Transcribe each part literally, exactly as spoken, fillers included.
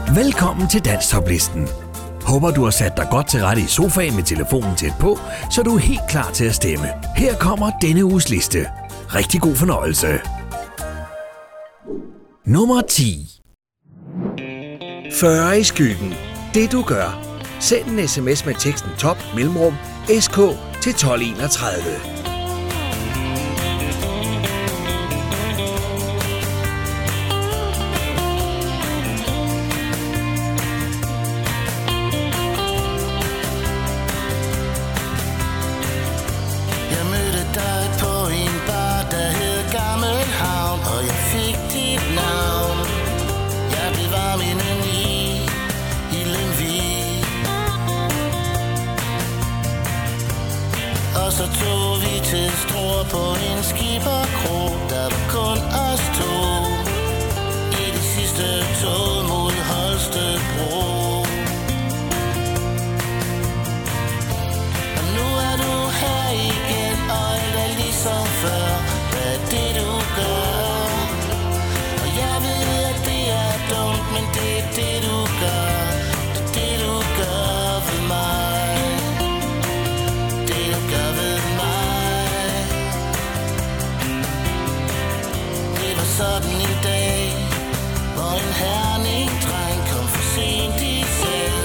Velkommen til Danstoplisten. Håber du har sat dig godt til rette i sofaen med telefonen tæt på, så du er helt klar til at stemme. Her kommer denne uges liste. Rigtig god fornøjelse. Nummer ti. fyrre i skyggen. Det du gør. Send en sms med teksten top mellemrum sk til tolv enogtredive. Så tog vi til Struer på en skipperkro. Der var kun os to i det sidste tog mod Holstebro. Og nu er du her igen, og alt er ligesom før. Hvad er det du gør? Og jeg ved at det er dumt, men det er det du gør. Det er det du gør ved mig. Sådan en dag, hvor en Herning-dreng kom for sent i seng.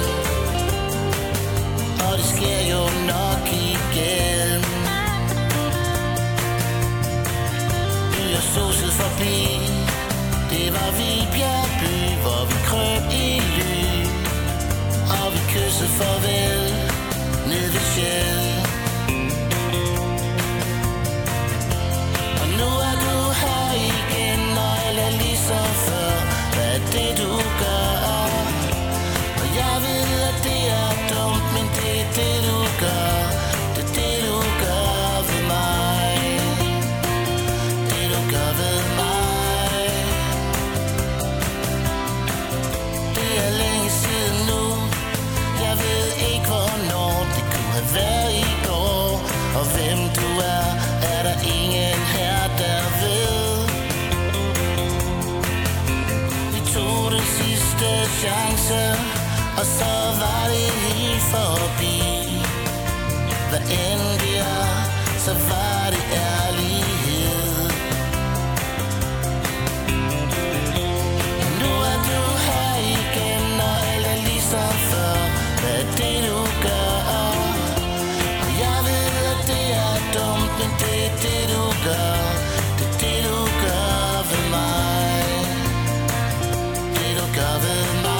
Og det sker jo nok igen. Byer suset forbi. Det var Vibjerg by, hvor vi krøb i ly. Og vi kyssede farvel ned ved Sjæl. Og nu er du her igen, og alt er ligesom før. Hvad er det du gør? Og jeg ved at det er dumt, men det er det du gør. Det er det du gør ved mig. Det du gør ved mig. Det er længe siden nu. Jeg ved ikke hvornår. Det kunne have været i går. Og hvem du er, er der ingen her der ved. Vi tog den sidste chance, og så var det helt forbi. Hvad end det er, så var det ærlighed. Nu er du her igen, og alt er ligesom før. Hvad er det du gør? Og jeg ved at det er dumt, men det er det du gør. Det er det du gør ved mig. Det du gør ved mig.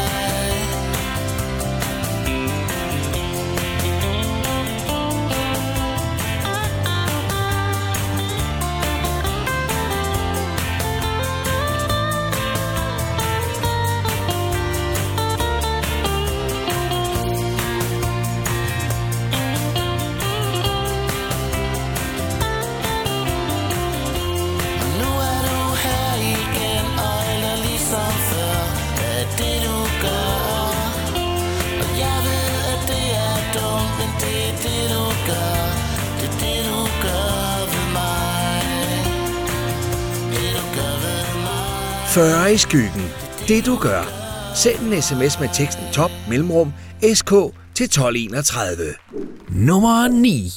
fyrre i skyggen. Det du gør. Send en sms med teksten top mellemrum sk til tolv enogtredive. Nummer ni.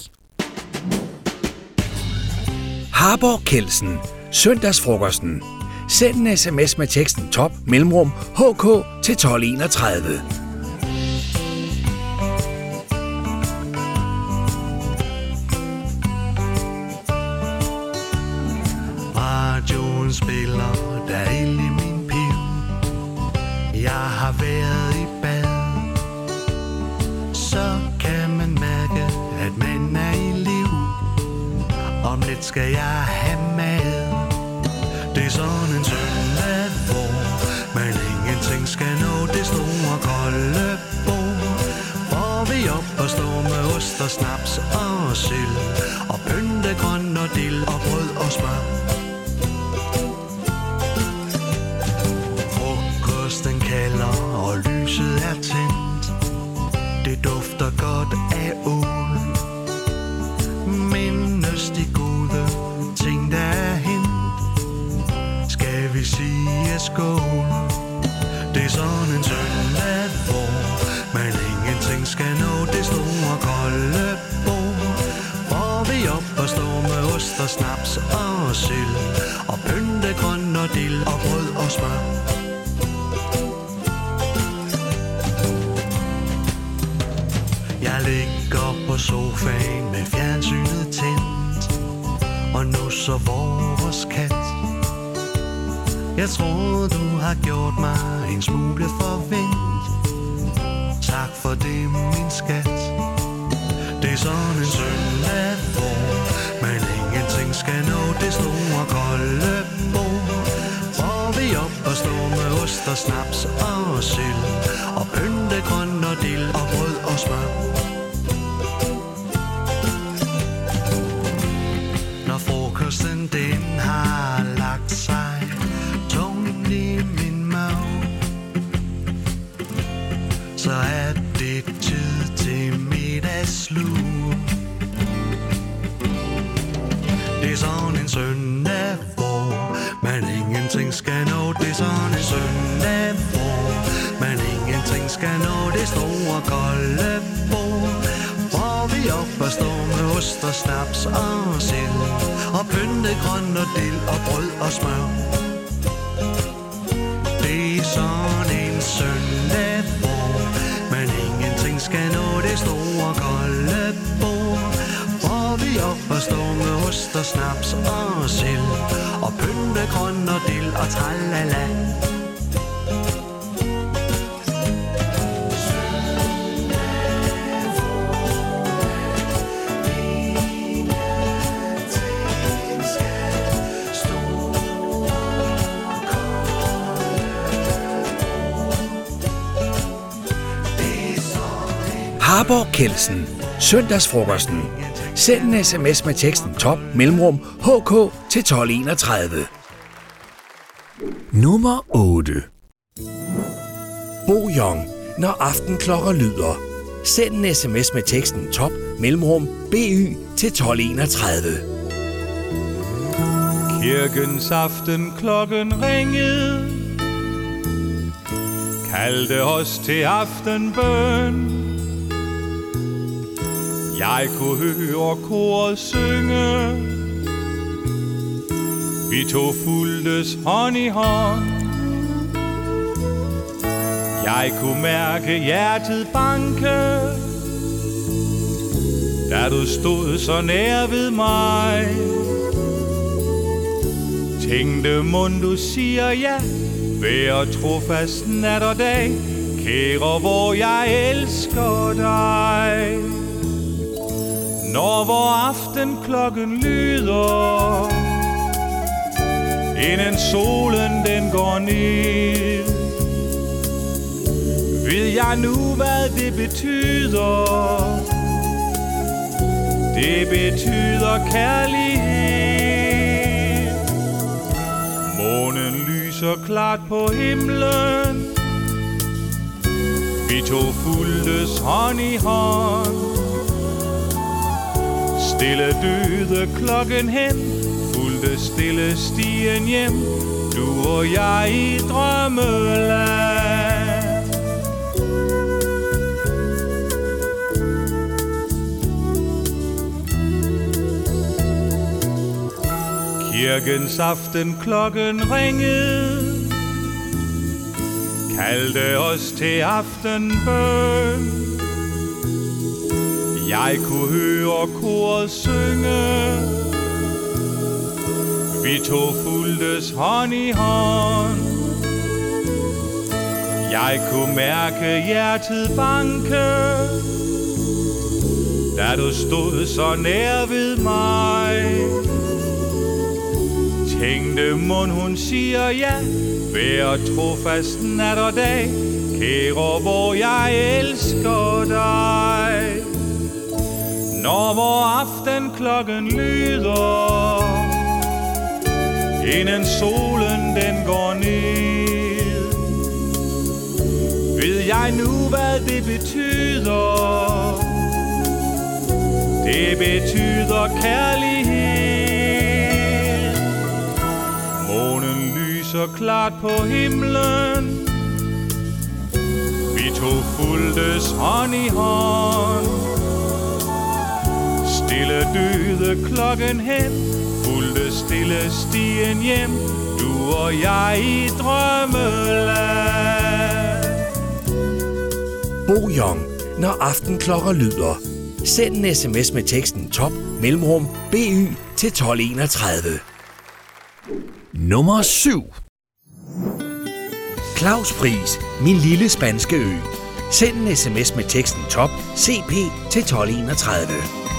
Harborg Kelsen. Søndagsfrokosten. Send en sms med teksten top mellemrum hk til tolv enogtredive. Radioen spiller der ild i min piv. Jeg har været i bad. Så kan man mærke at man er i liv. Om lidt skal jeg have mad. Det er sådan en søndag, hvor man ingenting skal nå. Det store kolde bord. Får vi op og stå med ost og snaps og sild. Og pyntegrøn og dild og brød og smør. Frokosten kalder og lyset er tændt. Det dufter godt af ål. Mindes de gode ting der er hent. Skal vi sige skål? Det er sådan en og sild og pyntegrøn og dild og brød og smør. Jeg ligger på sofaen med fjernsynet tændt og nusser vores kat. Jeg tror du har gjort mig en smule forvent. Tak for det, min skat. Det er sådan en søndag, hvor man ingenting skal nå det store kolde bord. Hvor vi op og stå med ost og snaps og sild og pyntegrøn og dild og brød og smør. Når frokosten den har lagt sig tungt i min mave, så er det tid til middagslur. Det er sådan en søndag, hvor man ingenting skal nå. Det er sådan en søndag, hvor man ingenting skal nå det store kolde bord. Hvor vi op og stå med ost og snaps og sild og pyntegrøn og dild og brød og smør. Det er sådan en søndag, hvor man ingenting skal nå det store kolde bord. Hvor vi op og stå med ost og snaps og sild og pyntegrøn og dild og tralala. Harborg Kelsen. Søndagsfrokosten. Send en sms med teksten top mellemrum H K til tolv enogtredive. Nummer otte. Bo Young. Når aftenklokker lyder. Send en sms med teksten top mellemrum B Y til tolv enogtredive. Kirkens aften klokken ringede, kaldte os til aftenbøn. Jeg kunne høre koret synge, vi to fulgtes hånd i hånd. Jeg kunne mærke hjertet banke, da du stod så nær ved mig. Tænkte mon du siger ja, vær trofast nat og dag, kære hvor jeg elsker dig. Når vor aftenklokken lyder, inden solen den går ned, ved jeg nu hvad det betyder. Det betyder kærlighed. Månen lyser klart på himlen, vi to fulgtes hånd i hånd. Stille døde klokken hen, fulgte stille stien hjem, du og jeg i drømmeland. Kirkens aften klokken ringede, kaldte os til aftenbøn. Jeg kunne høre koret synge, vi to fulgtes hånd i hånd. Jeg kunne mærke hjertet banke, da du stod så nær ved mig. Tænkte mon hun siger ja, vær trofast nat og dag, kære hvor jeg elsker dig. Når vor aftenklokken lyder, inden solen den går ned, ved jeg nu hvad det betyder. Det betyder kærlighed. Månen lyser klart på himlen, vi to fulgtes hånd i hånd. Stille døde klokken hen, fulgte stille stien hjem, du og jeg i drømmeland. Bo Young, når aftenklokker lyder. Send en sms med teksten top mellemrum B Y til tolv enogtredive. Nummer syv. Claus Friis, Min lille spanske ø. Send en sms med teksten top C P til tolv enogtredive.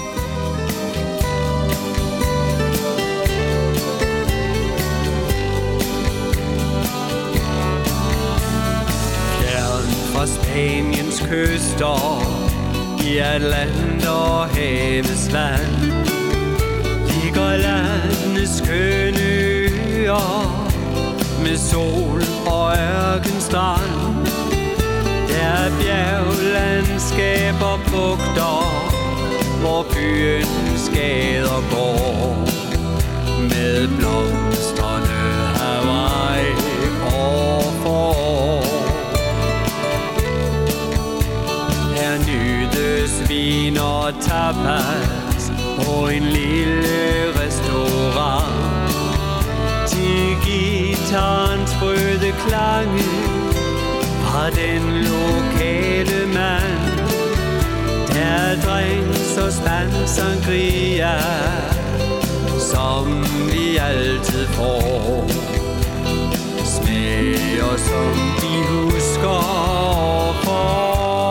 Fra Spaniens kyster, i Atlant og havets land, ligger landets skønne øer, med sol og ørkenstrand. Der er bjerglandskaber, bugter, hvor byens gader går, med blomstrende Hawaii år for år. Her nydes vin og tapas på en lille restaurant, til guitarens sprøde klange fra den lokale mand. Der er drinks og spand sangria, som vi altid får, smager som vi husker for.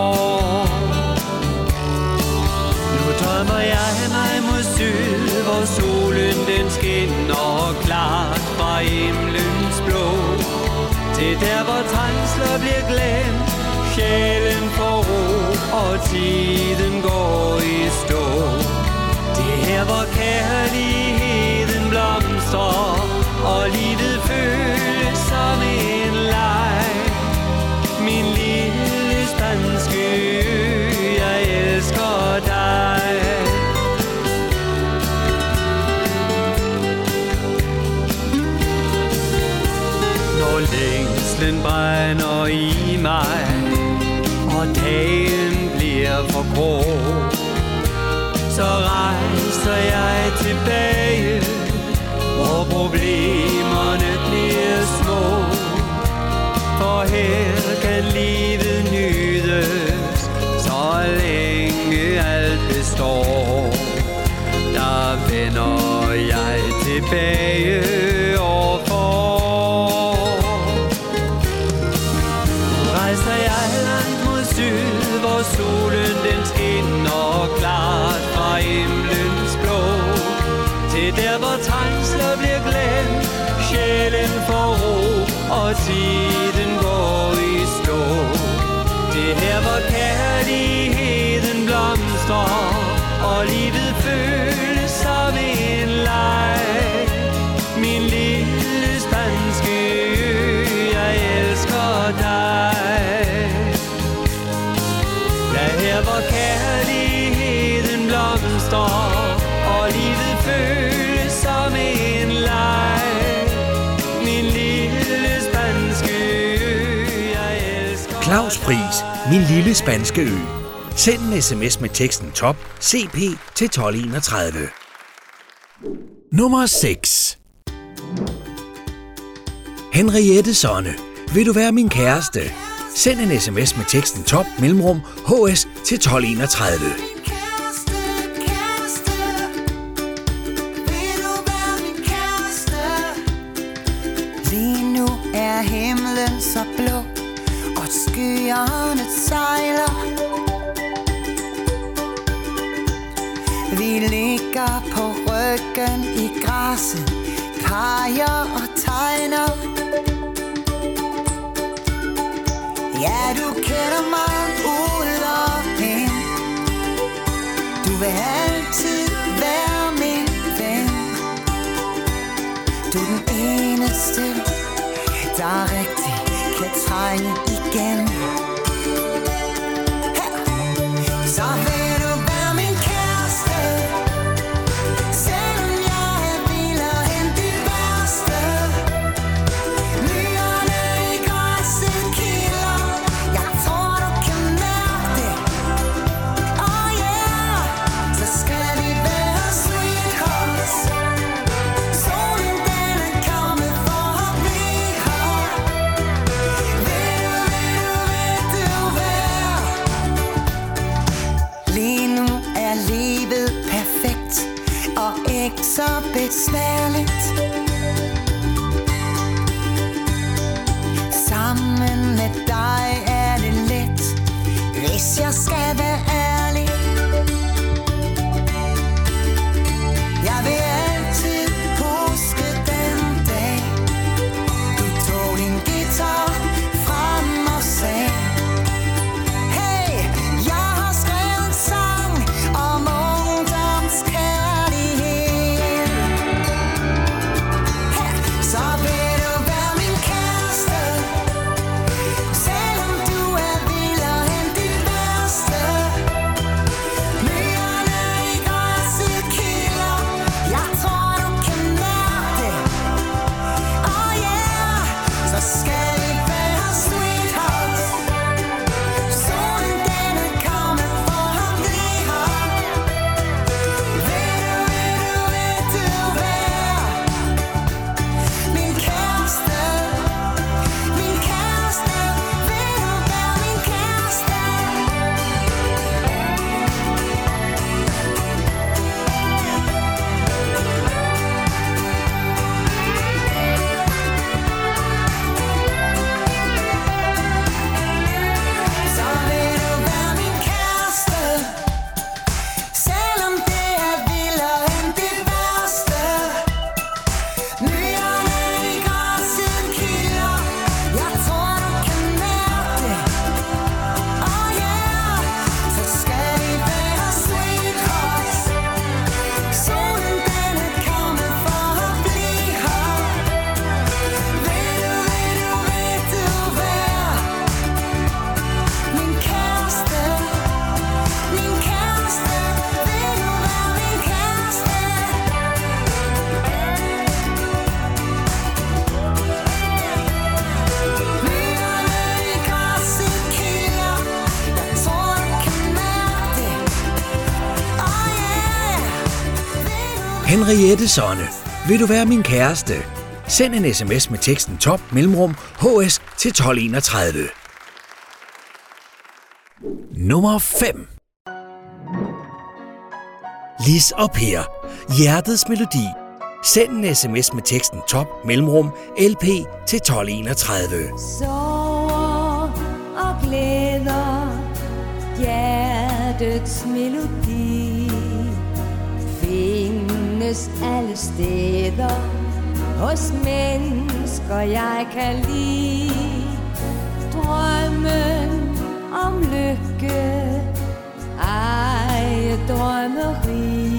Drømmer jeg mig mod syd, hvor solen den skinner klart fra himlens blå, til der hvor trængsler bliver glemt, sjælen får ro og tiden går i stå. Det er her hvor kærligheden blomstrer og livet føles som en leg. Min lille spanske ø, jeg elsker dig. Når længslen brænder i mig, og dagen bliver for grå, så rejser jeg tilbage, hvor problemerne bliver små. For her kan livet nydes, så længe alt består. Der vender jeg tilbage år for år. Rejser jeg langt mod syd, hvor solen den skinner klart fra himlens blå, til der hvor trængsler bliver glemt, sjælen får ro og tiden går i stå. Det er her hvor kærligheden blomstrer og livet føles som en leg. Min lille spanske ø, jeg elsker dig. Det er her hvor kærligheden blomstrer og livet føles som en leg. Min lille spanske ø, jeg elsker dig. Claus Friis, Min lille spanske ø. Send en sms med teksten top C P til tolv enogtredive. Nummer seks. Henriette Sonne, vil du være min kæreste? Send en sms med teksten top mellemrum H S til tolv enogtredive. Lige nu er himlen så blå, og skyerne sejler. Vi ligger på ryggen i græsset, peger og tegner. Ja, du kender mig ud og ind. Du vil altid være min ven. Du er den eneste, der rigtig kan trænge igen. Her. Så vil du være min kæreste, selvom jeg er vildere end de værste. Myrerne i græsset kilder, jeg tror du kan mærke det. Oh yeah, så skal vi være sweethearts. Så besværligt. Sammen med dig er det let, hvis jeg skal være ærlig. Jeg vil altid huske den dag, du tog din guitar frem og sagde, hey, jeg har skrevet en sang om ungdomskærlighed. Her, så vil du være min kæreste, selvom du er vildere end de værste. Myerne i græsset kilder, jeg tror du kan mærke det. Oh yeah, så skal vi være sweethearts. Solen den er kommet for at blive her. Vil du, vil du, vil du være min kæreste? Min kæreste, vil du være min kæreste? Så vil du være min kæreste, selvom det er vildere end det værste. Myerne i græsset kilder, jeg tror du kan mærke det. Oh yeah, så skal vi være sweethearts. Solen den er kommet for at blive her. Vil du, vil du, vil du være min kæreste? Min kæreste, vil du være min kæreste? Myerne i græsset kilder, jeg tror du kan mærke det. Oh yeah, vil du Henriette Sonne, vil du være min kæreste? Send en sms med teksten top mellemrum H S til tolv enogtredive. Nummer fem. Lis og Per, Hjertets Melodi. Send en sms med teksten top mellemrum L P til tolv enogtredive. Sorger og glæder, hjertets melodi findes alle steder hos mennesker jeg kan lide. Drømmen om lykke, ej drømmeri,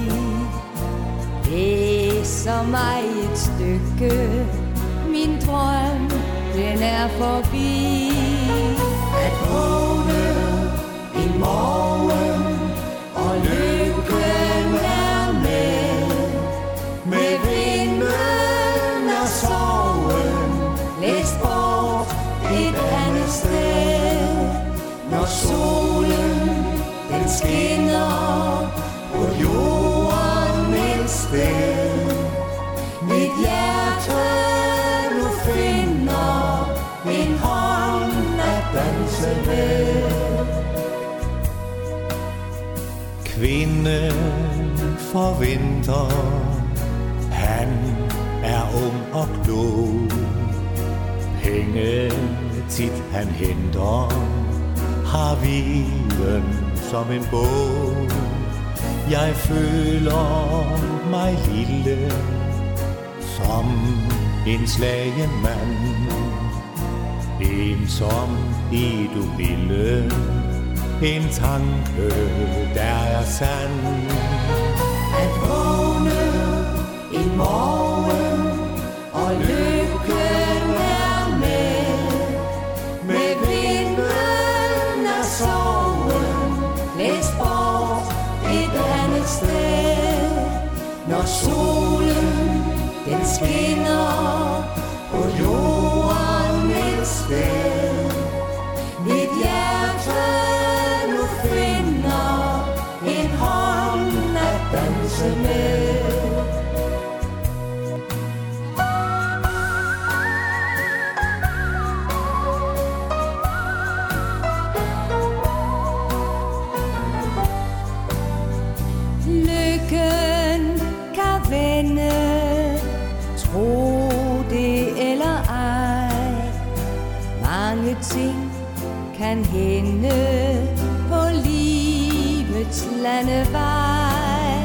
læser mig et stykke, min drøm den er forbi. At vågne en morgen, og lykken er med, med vinden og sorgen, læs bort et andet sted. Når solen den skinner på jorden et sted, mit hjerte nu finder en hånd at danse med. Kvinden forventer, han er ung og klog. Penge tit han henter, har viden som en bog. Jeg føler mig lille, som en slagen mand, ensom i du milde, en tanke der er sand. At vågne en morgen, og lykken er med, med vinden og sorgen, læs bort et andet sted. Når solen den skinner på jorden et sted, mit hjerte nu finder en hånd at danse med. Lykken kan vende mange ting kan hænde på livets landevej.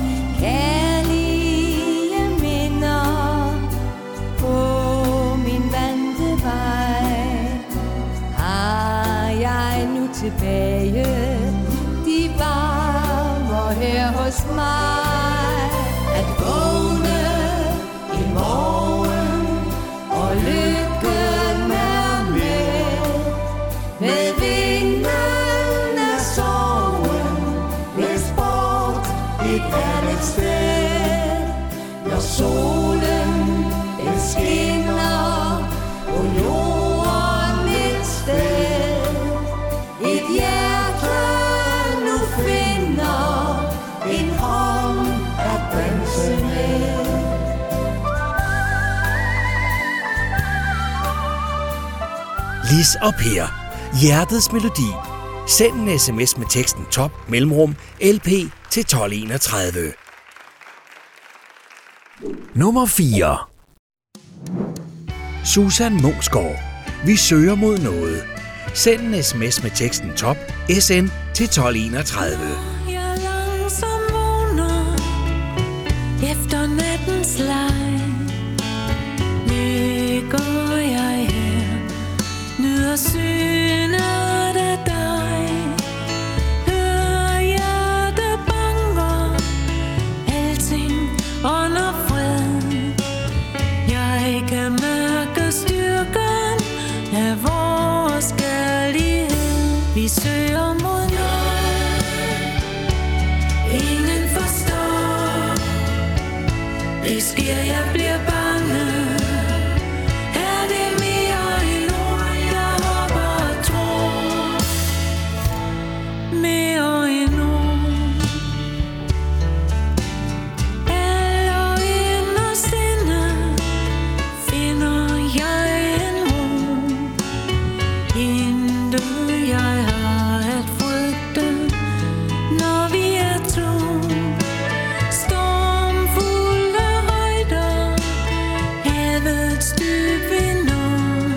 Kærlige minder på min vante vej. Har jeg nu tilbage, de varmer her hos mig. At vågne i morgen og lykken er med. Med vinden af sorgen blæs bort et andet sted. Når solen den skinner på jorden et sted. Et hjerte nu finder en hånd at danse med. Lis og Per. Hjertets melodi. Send en sms med teksten top mellemrum L P til tolv enogtredive. Nummer fire. Susan Munksgaard. Vi søger mod noget. Send en sms med teksten top S N til tolv enogtredive. Jeg langsomt vågner efter nattens leg. Ligger jeg her, nyder synet af dig. Hører hjertet banker, alting under fred. Jeg kan mærke styrken af vores kærlighed. Vi søger mod noget, ingen forstår. Det sker, jeg bliver bange. Er det mere end ord, jeg håber og tror? Mere end ord. Allerinderst inde finder jeg en ro. Intet jeg har at frygte, når vi er to. Stormfulde højder, havets dyb vi når.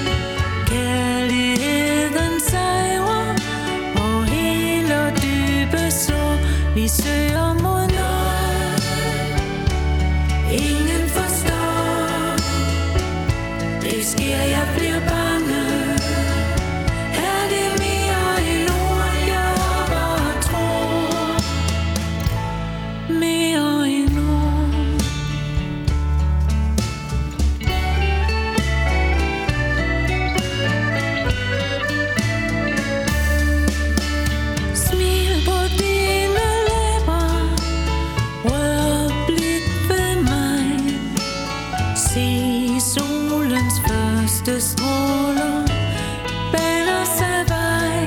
Kærligheden sejrer og heler dybe sår. Vi søger mod noget, ingen forstår. Det sker, jeg bliver bange. Er det mere end ord, jeg håber og tror? Mere end ord. Smil på dine læber, rør blik ved mig. Se solens første stråler baner sig vej.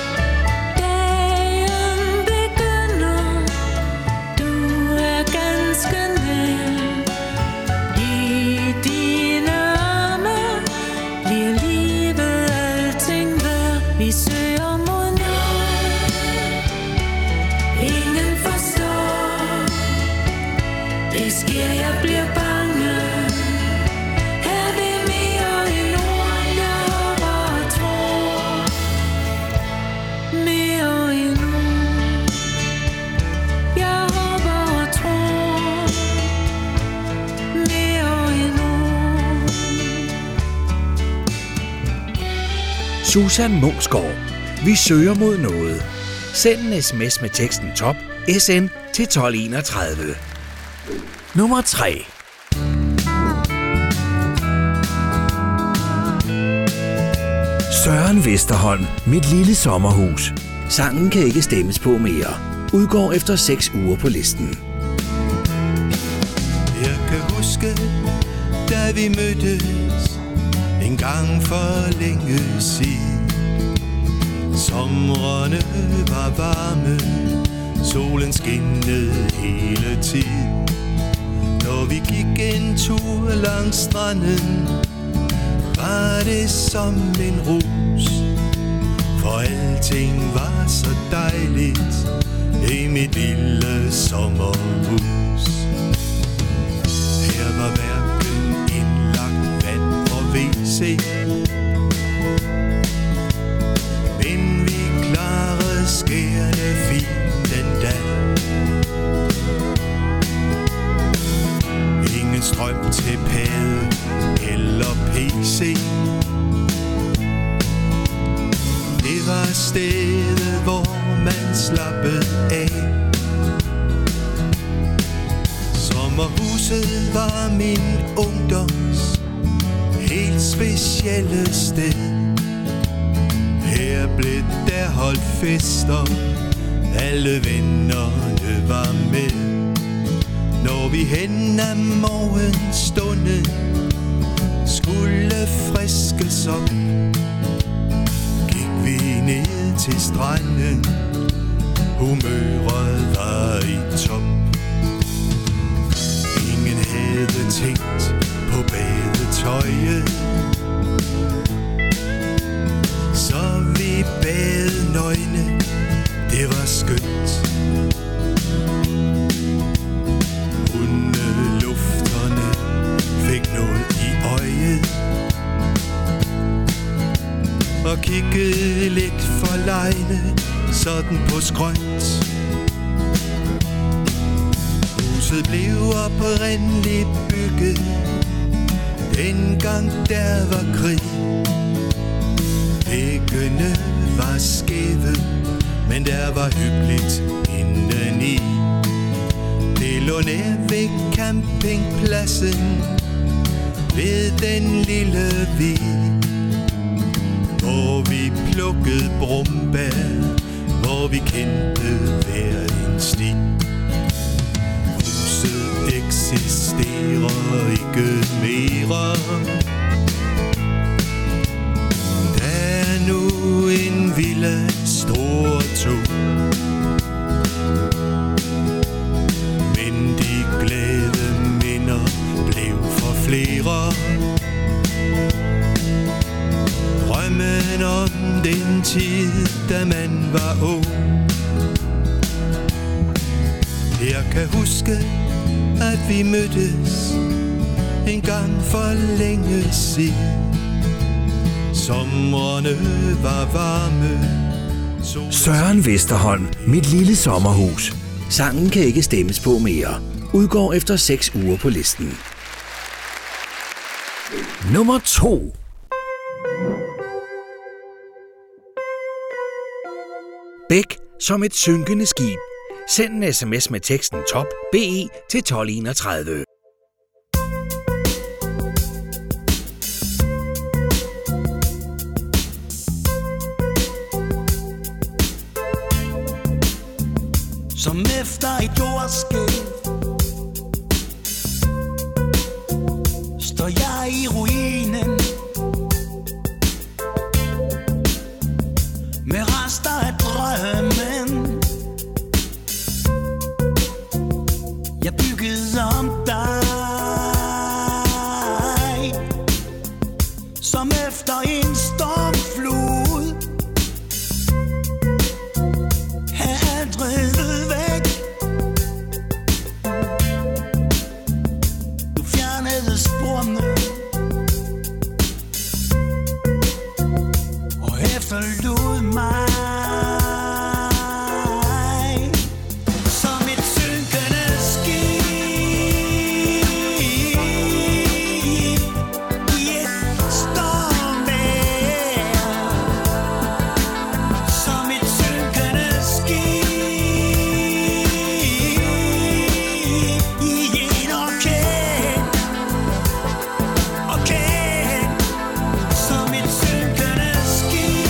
Dagen begynder, du er ganske nær. I dine arme bliver livet alting værd. Vi søger mod noget, ingen forstår. Det sker, jeg bliver bange. Er det mere end ord, jeg håber og tror? Mere end ord, jeg håber og tror. Mere end ord. Susan Munksgaard. Vi søger mod noget. Send en sms med teksten top S N til tolv enogtredive. Nummer tre. Søren Vesterholm. Mit lille sommerhus. Sangen kan ikke stemmes på mere. Udgår efter seks uger på listen. Jeg kan huske, da vi mødtes en gang for længe siden. Somrene var varme, solen skinnede hele tiden. Når vi gik en tur langs stranden, var det som en rus. For alting var så dejligt i mit lille sommerhus. Her var hverken indlagt vand og W C. se. Det var stedet, hvor man slappede af. Sommerhuset var min ungdoms helt specielle sted. Her blev der holdt fester, alle vennerne var med. Når vi hen ad morgenstunden skulle friskes op, gik vi ned til stranden, humøret var i top. Ingen havde tænkt på badetøjet, så vi bad nøgne, det var skønt. Hundelufterne fik noget i øjet og kiggede lidt forlegne sådan på skrønt. Huset blev oprindeligt bygget dengang der var krig. Væggene var skæve, men der var hyggeligt indeni. Det lå nær ved campingpladsen ved den lille vig, hvor vi plukkede brumbær, hvor vi kendte hver en sti. Huset eksisterer ikke mere. Der er nu en villa stor to, men de glade minder blev for flere. Drømmen om den tid, da man var ung. Jeg kan huske, at vi mødtes en gang for længe siden. Somrene var varme. Søren Vesterholm, Mit lille sommerhus. Sangen kan ikke stemmes på mere. Udgår efter seks uger på listen. Nummer to. Bæk som et synkende skib. Send en sms med teksten top B E til tolv enogtredive. Som efter et jordskælv står jeg i ruinen med rester af drømmen jeg byggede om dig. Som efter en stormflod er drevet væk. Du fjernede sporene og efterlod mig som et synkende skib i et stormvejr. Som et synkende skib i en orkan. Orkan. Som et synkende skib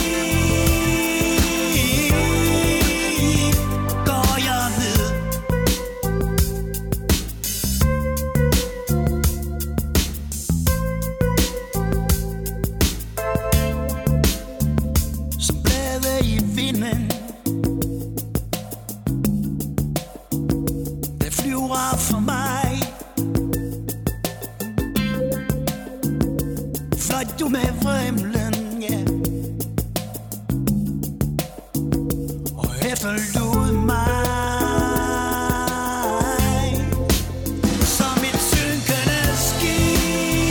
går jeg ned. Som blade i vinden, der flyver for mig. Fløj du med vrimlen, ja, og efterlod mig som et synkende skib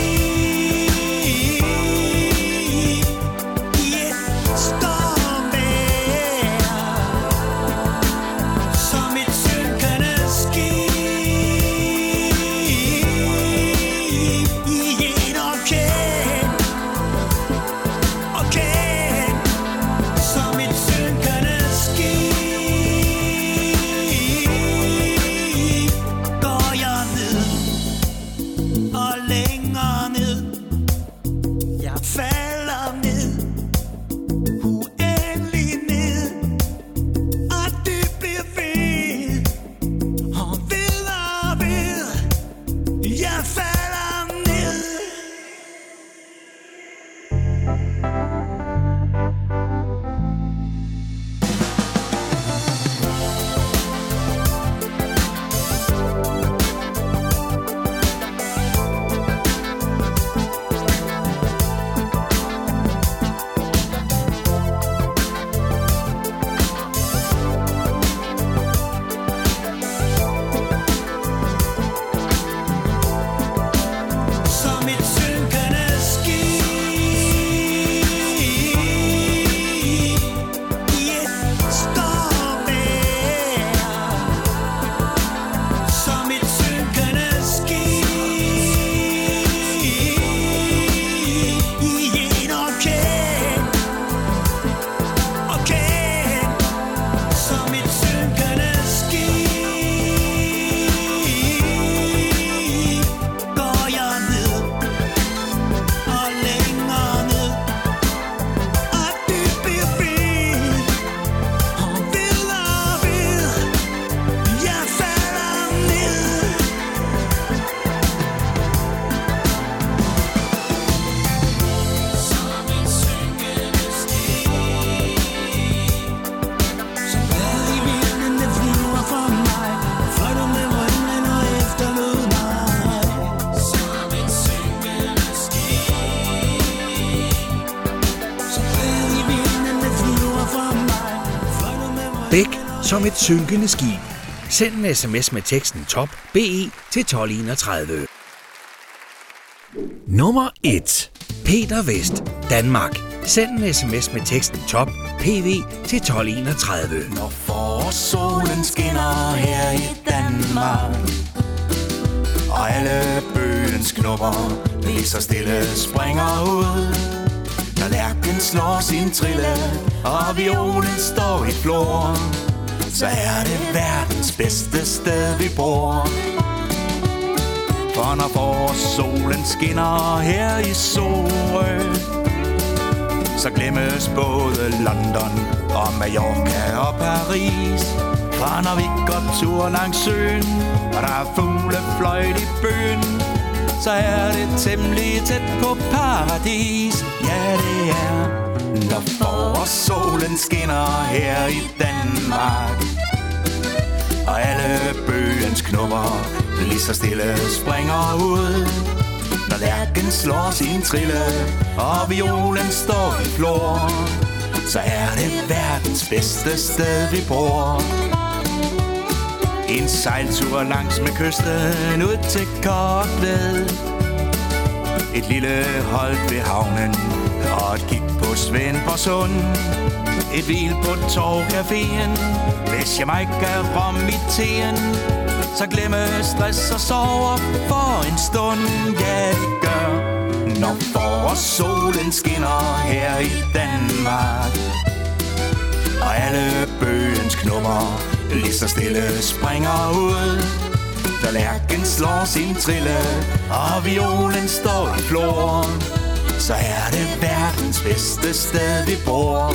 i et stormvejr. Som et synkende skib i en orkan. som et synkende skib. Send en sms med teksten top B E til tolv enogtredive. Nummer et. Peter Vest, Danmark. Send en sms med teksten top P V til tolv enogtredive. Når forårssolen skinner her i Danmark, og alle bøgens knopper lige så stille springer ud, når lærken slår sin trille, og violen står i flor, så er det verdens bedste sted, vi bor. For når forårssolen skinner her i Sorø, så glemmes både London og Mallorca og Paris. For når vi går tur langs søen, og der er fuglefløjt i bøen, så er det temmelig tæt på paradis. Ja, det er, når forårssolen skinner her i Danmark, og alle bøgens knopper lige så stille springer ud, når lærken slår sin trille, og violen står i flor, så er det verdens bedste sted, vi bor. En sejltur langs med kysten ud til Kortved, et lille hold ved havnen og et kig på Svendborgsund, et hvil på Torvcaféen, hvis jeg mig ikke rom i teen, så glemme stress og sover for en stund. Ja, det gør, når forårssolen skinner her i Danmark, og alle bøgens knopper lige så stille springer ud, når lærken slår sin trille, og violen står i flor, så er det verdens bedste sted, vi bor.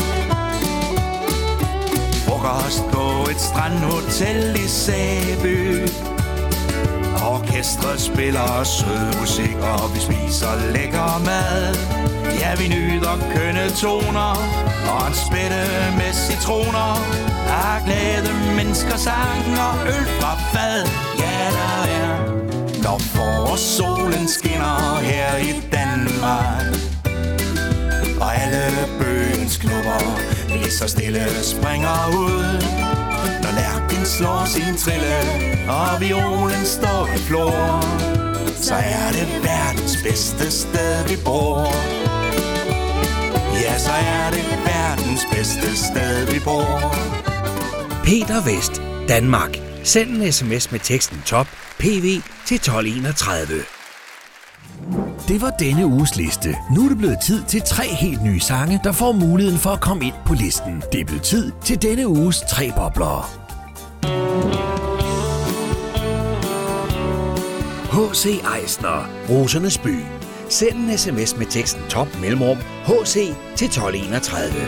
Frokost på et strandhotel i Sæby, orkestret spiller sød musik, og vi spiser lækker mad. Ja, vi nyder kønne toner og en spætte med citroner, af glade mennesker, sang og øl fra fad. Ja, der er, når forårssolen skinner her i Danmark, og alle bøgens knopper lige så stille springer ud, når lærken slår sin trille, og violen står i flor, så er det verdens bedste sted, vi bor. Ja, så er det verdens bedste sted, vi bor. Peter Vest, Danmark. Send en sms med teksten top P V til tolv enogtredive. Det var denne uges liste. Nu er det blevet tid til tre helt nye sange, der får muligheden for at komme ind på listen. Det er blevet tid til denne uges tre boblere. H C Eisner, Rosernes by. Send en sms med teksten top mellemrum H C til tolv enogtredive.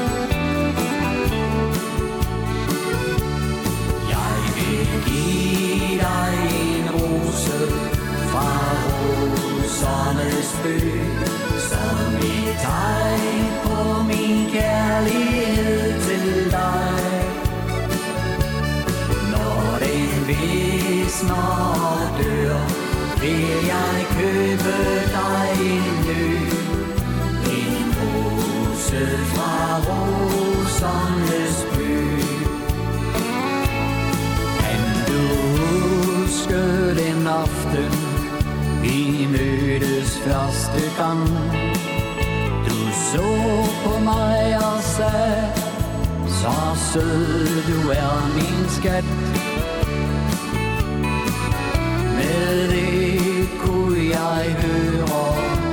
Rosernes by, som et tegn på min kærlighed til dig. Når den visner og dør, vil jeg købe dig en ny, en rose fra rosernes by. Kan du huske den aften, vi mødtes første gang? Du så på mig og sagde, så sød du er min skat. Med det kunne jeg høre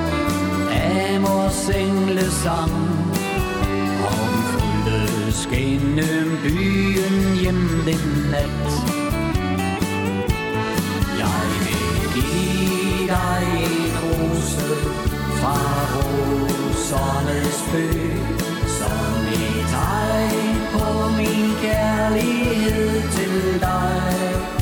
Amors englesang, og hun fulgtes gennem byen hjem den nat. Jeg vil give dig en rose fra rosernes by, som et tegn på min kærlighed til dig.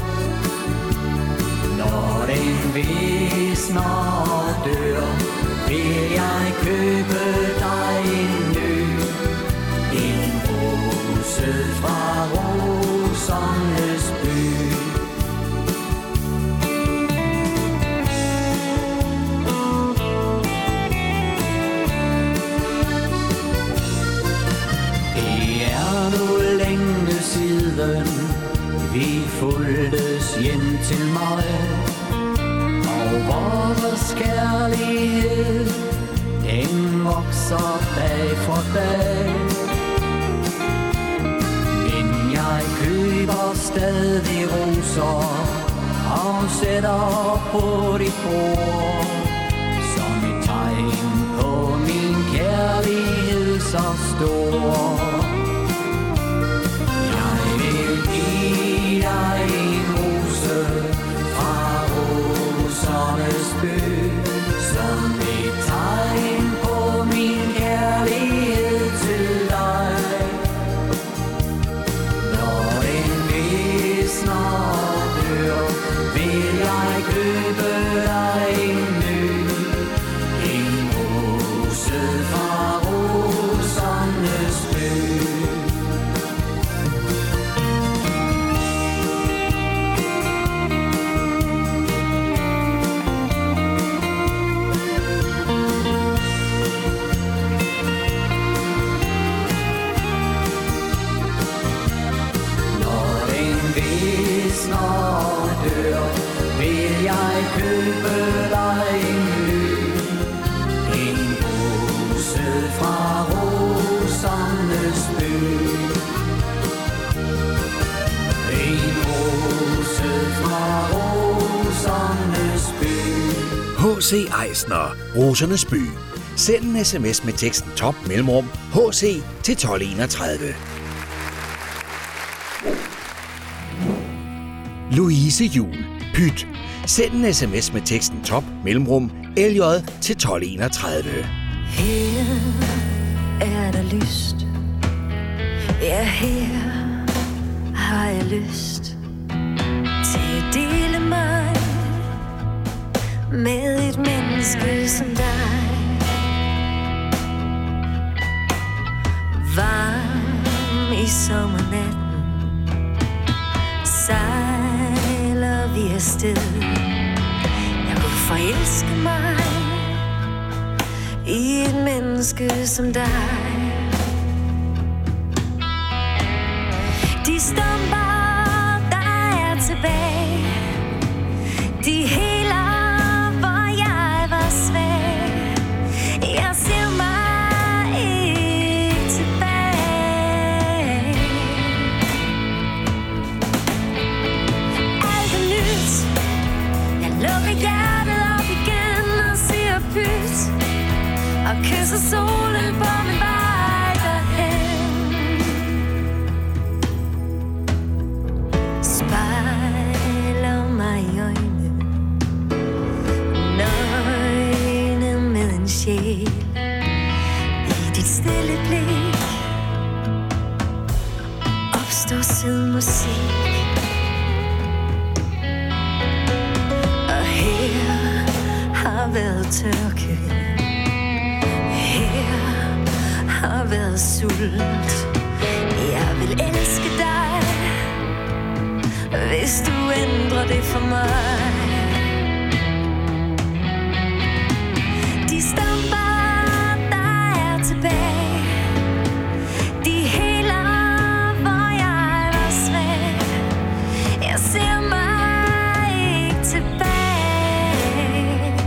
Når den visner og dør, vil jeg købe dig en ny, en rose fra rosernes by. til mig. Og vores kærlighed, den vokser dag for dag. Men jeg køber stadig roser og sætter på dit bord, som et tegn på min kærlighed så stor. Jeg vil give dig en rose fra rosernes by, som et tegn på min kærlighed til dig. Når den visner dør, vil jeg købe dig en ny, en rose fra rosernes by. Når den visner dør, vil jeg købe dig en ny, en rose fra rosernes by. En rose fra rosernes by. H C. Eisner, Rosernes by. Send en sms med teksten top mellemrum H C til tolv enogtredive. Louise Jul, Pyt. Send en sms med teksten top mellemrum L J til tolv enogtredive. Her er der lyst. Ja, her har jeg lyst til at dele mig med et menneske som dig. Varm i sommernatten sejler vi afsted. Jeg kunne forelske mig i et menneske som dig. De stumper, der er tilbage, de heler, hvor jeg var svag. Jeg ser mig ikke tilbage. Alt er nyt. Jeg lukker hjertet op igen og siger pyt, og kysser solen på min vej derhen. Spejler mig i øjnene, nøgne med en sjæl. I dit stille blik opstår sød musik. Og her har været tørke, her har været sult. Jeg vil elske dig, hvis du ændrer det for mig. De stumper, der er tilbage, de heler, hvor jeg var svag. Jeg ser mig ikke tilbage.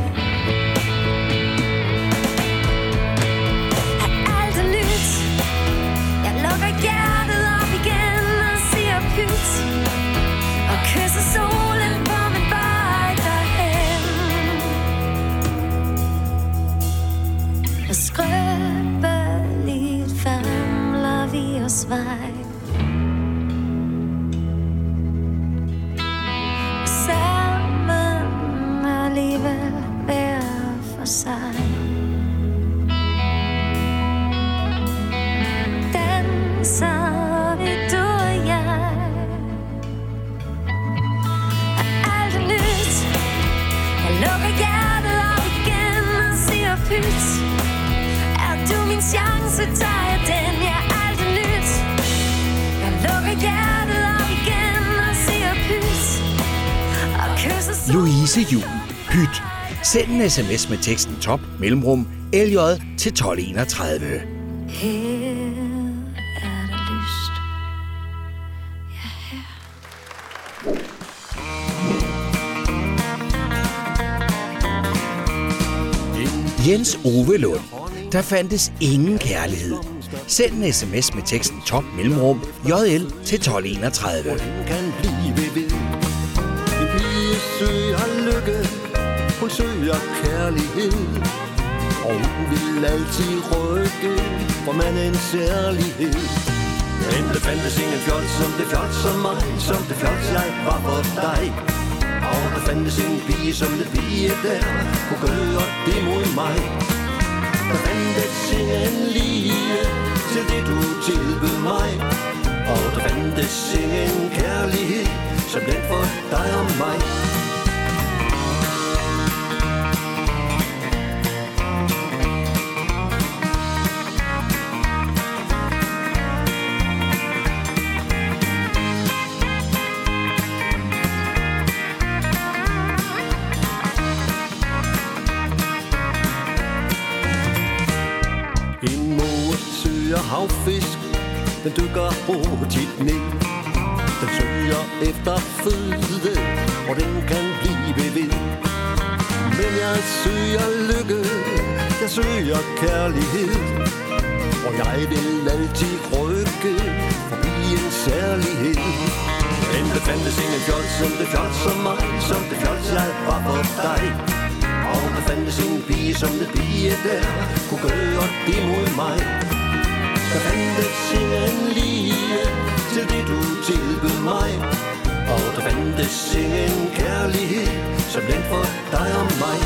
Alt er nyt. Jeg lukker hjertet op igen og siger pyt, og kysser solen på min vej derhen. Og skrøbeligt famler vi os vej. Sammen alligevel hver for sig. Danser vi du og jeg. Alt er nyt. Jeg lukker hjertet op igen og siger pyt. Er du min chance, tager jeg den. Ja, alt er nyt. Jeg lukker hjertet op igen og siger pyt, og kysser solen. Louise Jul, Pyt. Send en sms med teksten top mellemrum L J til tolv enogtredive. Her er der lyst. Ja, her. Jens Ove Lund. Der fandtes ingen kærlighed. Send en sms med teksten top mellemrum J L til tolv enogtredive. Kan blive ved. En pige søger lykke, hun søger kærlighed, og hun vil altid rykke for mandens særlighed. Men det fandtes ingen fjols som det fjols som mig, som det fjols jeg var for dig. Og der fandtes ingen pige som det pige der kunne gøre det mod mig. Der fandtes ingen lige til det du tilbød mig, og der fandtes ingen kærlighed som den for dig og mig. Havfisk, den dykker hurtigt ned. Den søger efter føde, og den kan blive ved. Men jeg søger lykke, jeg søger kærlighed, og jeg vil altid rykke forbi en særlighed. Men det fandtes ingen fjols som det fjols som mig, som det fjols jeg var for dig. Og der fandtes ingen pige som det pige der kunne gøre det mod mig. Der fandtes ingen lige til det du tilbød mig, og der fandtes ingen kærlighed som den for dig og mig.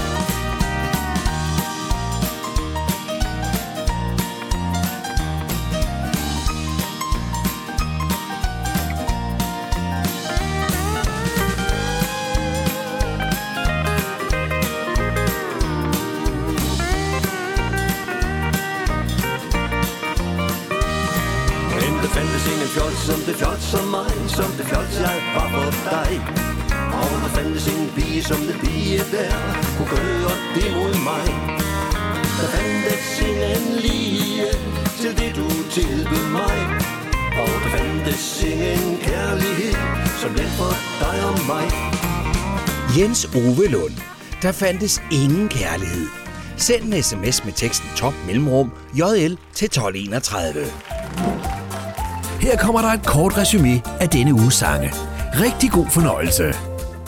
Som det fjols som mig, som det fjols jeg var for dig. Og der fandtes ingen pige som det pige der kunne gøre det mod mig. Der fandtes ingen lige til det du tilbød mig, og der fandtes ingen kærlighed som den for dig og mig. Jens Ove Lund. Der fandtes ingen kærlighed. Send en sms med teksten top mellemrum J L til tolv enogtredive. Her kommer der et kort resumé af denne uges sange. Rigtig god fornøjelse. Nu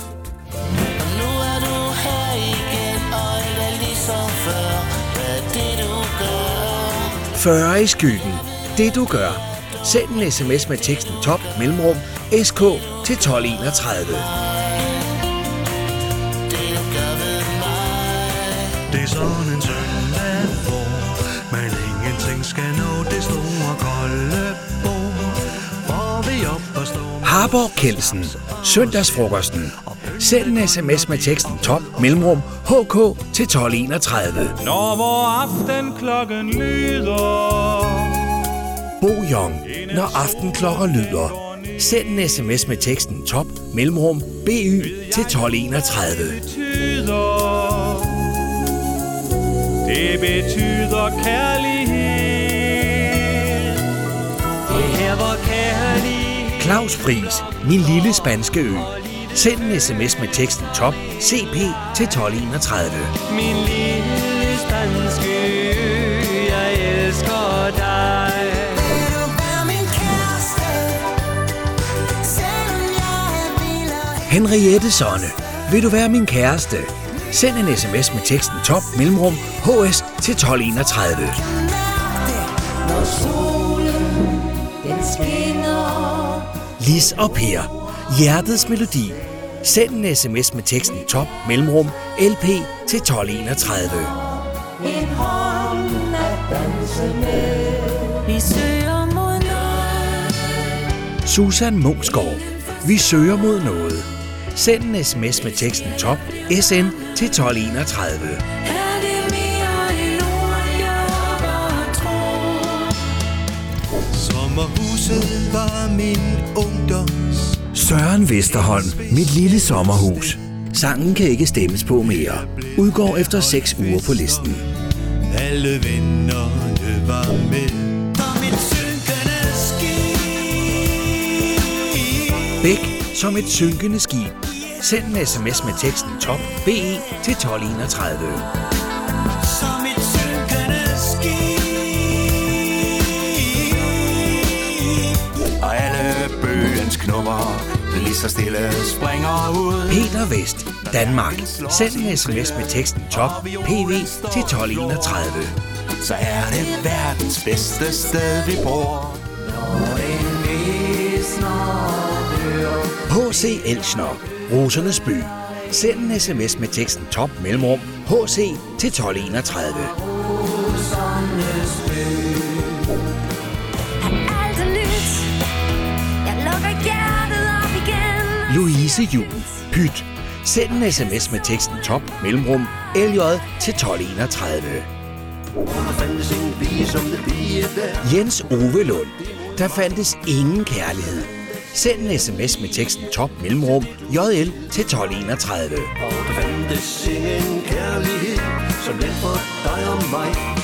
er du her igen, og alt er ligesom før. Hvad er det du gør? fyrre i skyggen. Det du gør. Send en sms med teksten top mellemrum S K til tolv enogtredive. Det er sådan en søndag, hvor man ingenting skal nå det store kolde bord. Harborg Kelsen. Søndagsfrokosten. Send en sms med teksten top mellemrum H K til tolv enogtredive. Når vor aftenklokken lyder. Bo Jong. Når aftenklokker lyder. Send en sms med teksten top mellemrum B Y til tolv enogtredive. Det betyder, det betyder kærlighed. Det her hvor kærlighed. Claus Friis. Min lille spanske ø. Send en sms med teksten top C P til tolv enogtredive. Min lille spanske ø, jeg elsker dig. Henriette Sonne. Vil du være min kæreste? Send en sms med teksten top mellemrum H S til tolv enogtredive. Når solen den skinner. Lis og Per. Hjertets melodi. Send en sms med teksten top mellemrum L P til tolv enogtredive. En hånd at danse med. Vi søger mod noget. Susan Munksgaard. Vi søger mod noget. Send en sms med teksten top S N til tolv enogtredive. Er det mere endnu, jeg bare tror? Sommerhuset var min ungdoms. Søren Vesterholm. Mit lille sommerhus. Sangen kan ikke stemmes på mere. Udgår efter seks uger på listen. Alle vennerne var med. Som et synkende skib. Bæk som et synkende skib. Send en sms med teksten top B E til tolv enogtredive. som et synkende skib. Og alle bøgens knupper lige så stille springer ud. Peter Vest, Danmark. Send en sms med teksten top P V til tolv enogtredive. Så er det verdens bedste sted, vi bor. Når en visner dør. H C Elschner, Rosernes by. Send en sms med teksten top mellemrum H C til tolv enogtredive. Rosernes by. Har aldrig lyt. Jeg lukker hjertet op igen. Louise Juhl, Pyt. Send en sms med teksten top mellemrum L J til tolv enogtredive. Der fandtes en pige som det pige der. Jens Ove Lund. Der fandtes ingen kærlighed. Send en sms med teksten top mellemrum J L til tolv enogtredive. Og der fandtes ingen kærlighed som den for dig og mig.